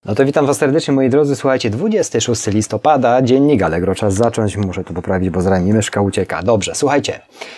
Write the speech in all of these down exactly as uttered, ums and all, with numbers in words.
No to witam Was serdecznie, moi drodzy. Słuchajcie, dwudziestego szóstego listopada, dziennik Allegro, czas zacząć. Muszę to poprawić, bo zaraz mi myszka ucieka. Dobrze, słuchajcie.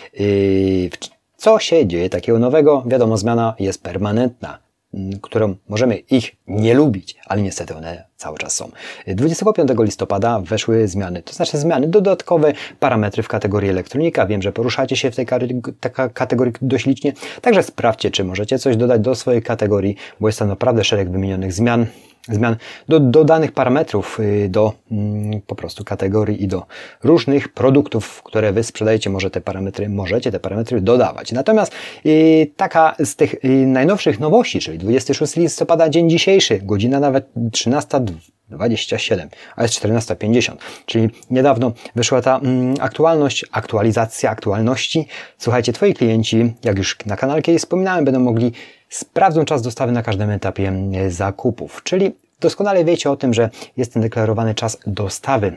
Yy, co się dzieje takiego nowego? Wiadomo, zmiana jest permanentna, którą możemy ich nie lubić, ale niestety one cały czas są. dwudziestego piątego listopada weszły zmiany, to znaczy zmiany, dodatkowe parametry w kategorii elektronika. Wiem, że poruszacie się w tej kategorii dość licznie, także sprawdźcie, czy możecie coś dodać do swojej kategorii, bo jest tam naprawdę szereg wymienionych zmian. Zmian do, do danych parametrów, do mm, po prostu kategorii i do różnych produktów, które Wy sprzedajecie, może te parametry, możecie te parametry dodawać. Natomiast y, taka z tych y, najnowszych nowości, czyli dwudziestego szóstego listopada, dzień dzisiejszy, godzina nawet trzynasta dwadzieścia siedem, a jest czternasta pięćdziesiąt, czyli niedawno wyszła ta mm, aktualność, aktualizacja aktualności. Słuchajcie, Twoi klienci, jak już na kanale kiedyś wspominałem, będą mogli sprawdzą czas dostawy na każdym etapie zakupów, czyli doskonale wiecie o tym, że jest ten deklarowany czas dostawy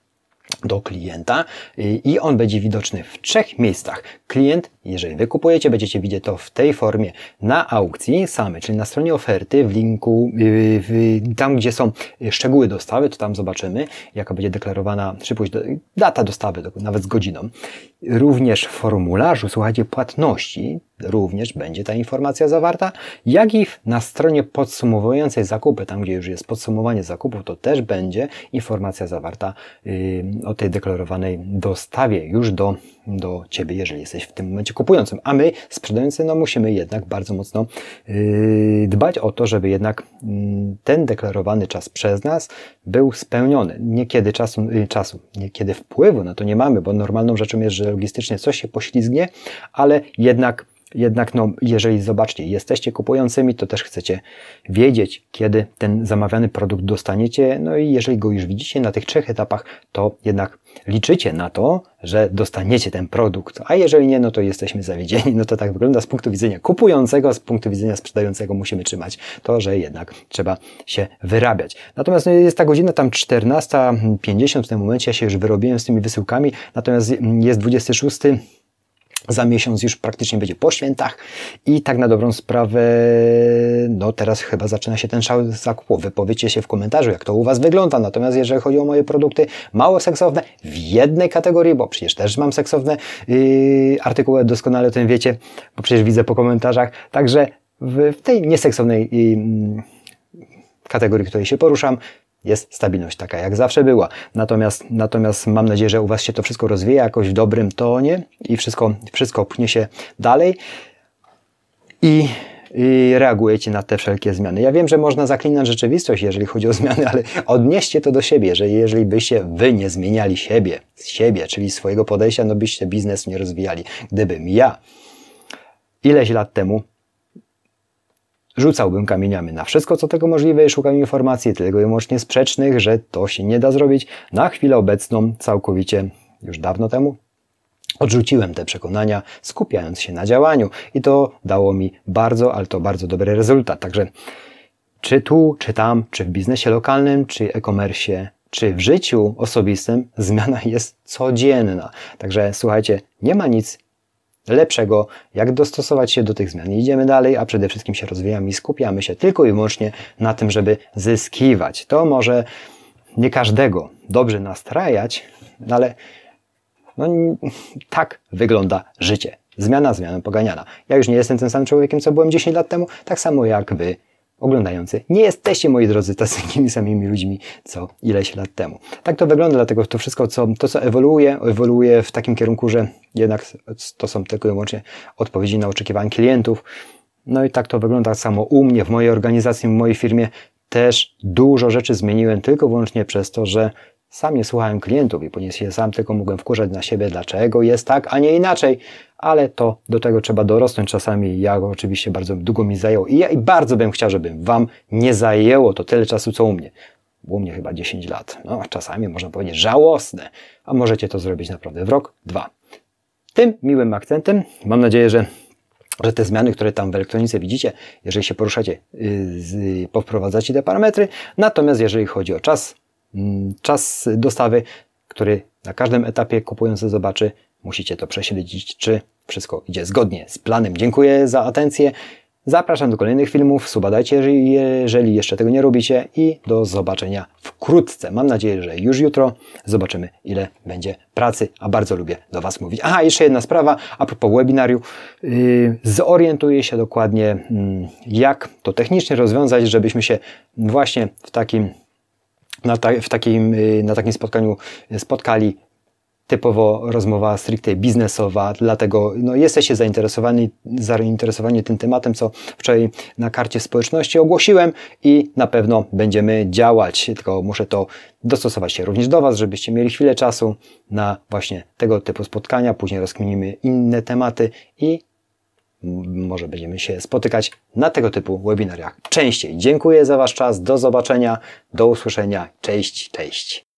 do klienta i on będzie widoczny w trzech miejscach. Klient, jeżeli Wy kupujecie, będziecie widzieć to w tej formie na aukcji samej, czyli na stronie oferty, w linku, w, tam gdzie są szczegóły dostawy, to tam zobaczymy, jaka będzie deklarowana szybkość, data dostawy, nawet z godziną. Również w formularzu, słuchajcie, płatności, również będzie ta informacja zawarta, jak i na stronie podsumowującej zakupy, tam gdzie już jest podsumowanie zakupów, to też będzie informacja zawarta yy, o tej deklarowanej dostawie już do, do Ciebie, jeżeli jesteś w tym momencie kupującym. A my, sprzedający, no musimy jednak bardzo mocno yy, dbać o to, żeby jednak yy, ten deklarowany czas przez nas był spełniony. Niekiedy czasu, yy, czasu, niekiedy wpływu na to nie mamy, bo normalną rzeczą jest, że logistycznie coś się poślizgnie, ale jednak Jednak, no, jeżeli zobaczcie, jesteście kupującymi, to też chcecie wiedzieć, kiedy ten zamawiany produkt dostaniecie. No i jeżeli go już widzicie na tych trzech etapach, to jednak liczycie na to, że dostaniecie ten produkt. A jeżeli nie, no to jesteśmy zawiedzieni. No to tak wygląda z punktu widzenia kupującego, z punktu widzenia sprzedającego musimy trzymać to, że jednak trzeba się wyrabiać. Natomiast no, jest ta godzina tam czternasta pięćdziesiąt w tym momencie, ja się już wyrobiłem z tymi wysyłkami, natomiast jest dwudziesty szósty. Za miesiąc już praktycznie będzie po świętach i tak na dobrą sprawę, no teraz chyba zaczyna się ten szał zakupowy. Powiedzcie się w komentarzu, jak to u Was wygląda. Natomiast jeżeli chodzi o moje produkty mało seksowne w jednej kategorii, bo przecież też mam seksowne yy, artykuły, doskonale o tym wiecie, bo przecież widzę po komentarzach. Także w, w tej nieseksownej yy, kategorii, w której się poruszam, jest stabilność taka, jak zawsze była. Natomiast, natomiast mam nadzieję, że u Was się to wszystko rozwija jakoś w dobrym tonie i wszystko, wszystko pchnie się dalej i, i reagujecie na te wszelkie zmiany. Ja wiem, że można zaklinać rzeczywistość, jeżeli chodzi o zmiany, ale odnieście to do siebie, że jeżeli byście Wy nie zmieniali siebie, siebie, czyli swojego podejścia, no byście biznes nie rozwijali. Gdybym ja ileś lat temu rzucałbym kamieniami na wszystko, co tego możliwe i szukam informacji tylko i wyłącznie sprzecznych, że to się nie da zrobić. Na chwilę obecną całkowicie, już dawno temu, odrzuciłem te przekonania, skupiając się na działaniu i to dało mi bardzo, ale to bardzo dobry rezultat. Także czy tu, czy tam, czy w biznesie lokalnym, czy e-commerce, czy w życiu osobistym zmiana jest codzienna. Także słuchajcie, nie ma nic lepszego, jak dostosować się do tych zmian. Idziemy dalej, a przede wszystkim się rozwijamy i skupiamy się tylko i wyłącznie na tym, żeby zyskiwać. To może nie każdego dobrze nastrajać, ale no, tak wygląda życie. Zmiana zmianą poganiana. Ja już nie jestem tym samym człowiekiem, co byłem dziesięć lat temu, tak samo jak Wy, oglądający. Nie jesteście, moi drodzy, takimi samymi ludźmi, co ileś lat temu. Tak to wygląda, dlatego to wszystko, co, to co ewoluuje, ewoluuje w takim kierunku, że jednak to są tylko i wyłącznie odpowiedzi na oczekiwania klientów. No i tak to wygląda samo u mnie, w mojej organizacji, w mojej firmie też dużo rzeczy zmieniłem tylko i wyłącznie przez to, że sam nie słuchałem klientów i ponieważ się sam tylko mogłem wkurzać na siebie, dlaczego jest tak, a nie inaczej. Ale to do tego trzeba dorosnąć czasami. Ja oczywiście bardzo długo mi zajęło i ja i bardzo bym chciał, żeby Wam nie zajęło to tyle czasu, co u mnie. U mnie chyba dziesięć lat. No, czasami można powiedzieć żałosne, a możecie to zrobić naprawdę w rok, dwa. Tym miłym akcentem mam nadzieję, że że te zmiany, które tam w elektronice widzicie, jeżeli się poruszacie, yy, powprowadzacie te parametry. Natomiast jeżeli chodzi o czas, czas dostawy, który na każdym etapie kupujący zobaczy, musicie to prześledzić, czy wszystko idzie zgodnie z planem. Dziękuję za atencję. Zapraszam do kolejnych filmów, suba dajcie, jeżeli, jeżeli jeszcze tego nie robicie i do zobaczenia wkrótce. Mam nadzieję, że już jutro zobaczymy, ile będzie pracy, a bardzo lubię do Was mówić. Aha, jeszcze jedna sprawa, a propos webinarium. Yy, zorientuję się dokładnie, yy, jak to technicznie rozwiązać, żebyśmy się właśnie w takim, na, ta, w takim, yy, na takim spotkaniu spotkali. Typowo rozmowa stricte biznesowa, dlatego no, jesteście zainteresowani, zainteresowani tym tematem, co wczoraj na karcie społeczności ogłosiłem i na pewno będziemy działać, tylko muszę to dostosować się również do Was, żebyście mieli chwilę czasu na właśnie tego typu spotkania, później rozkminimy inne tematy i może będziemy się spotykać na tego typu webinariach częściej. Dziękuję za Wasz czas, do zobaczenia, do usłyszenia, cześć, cześć.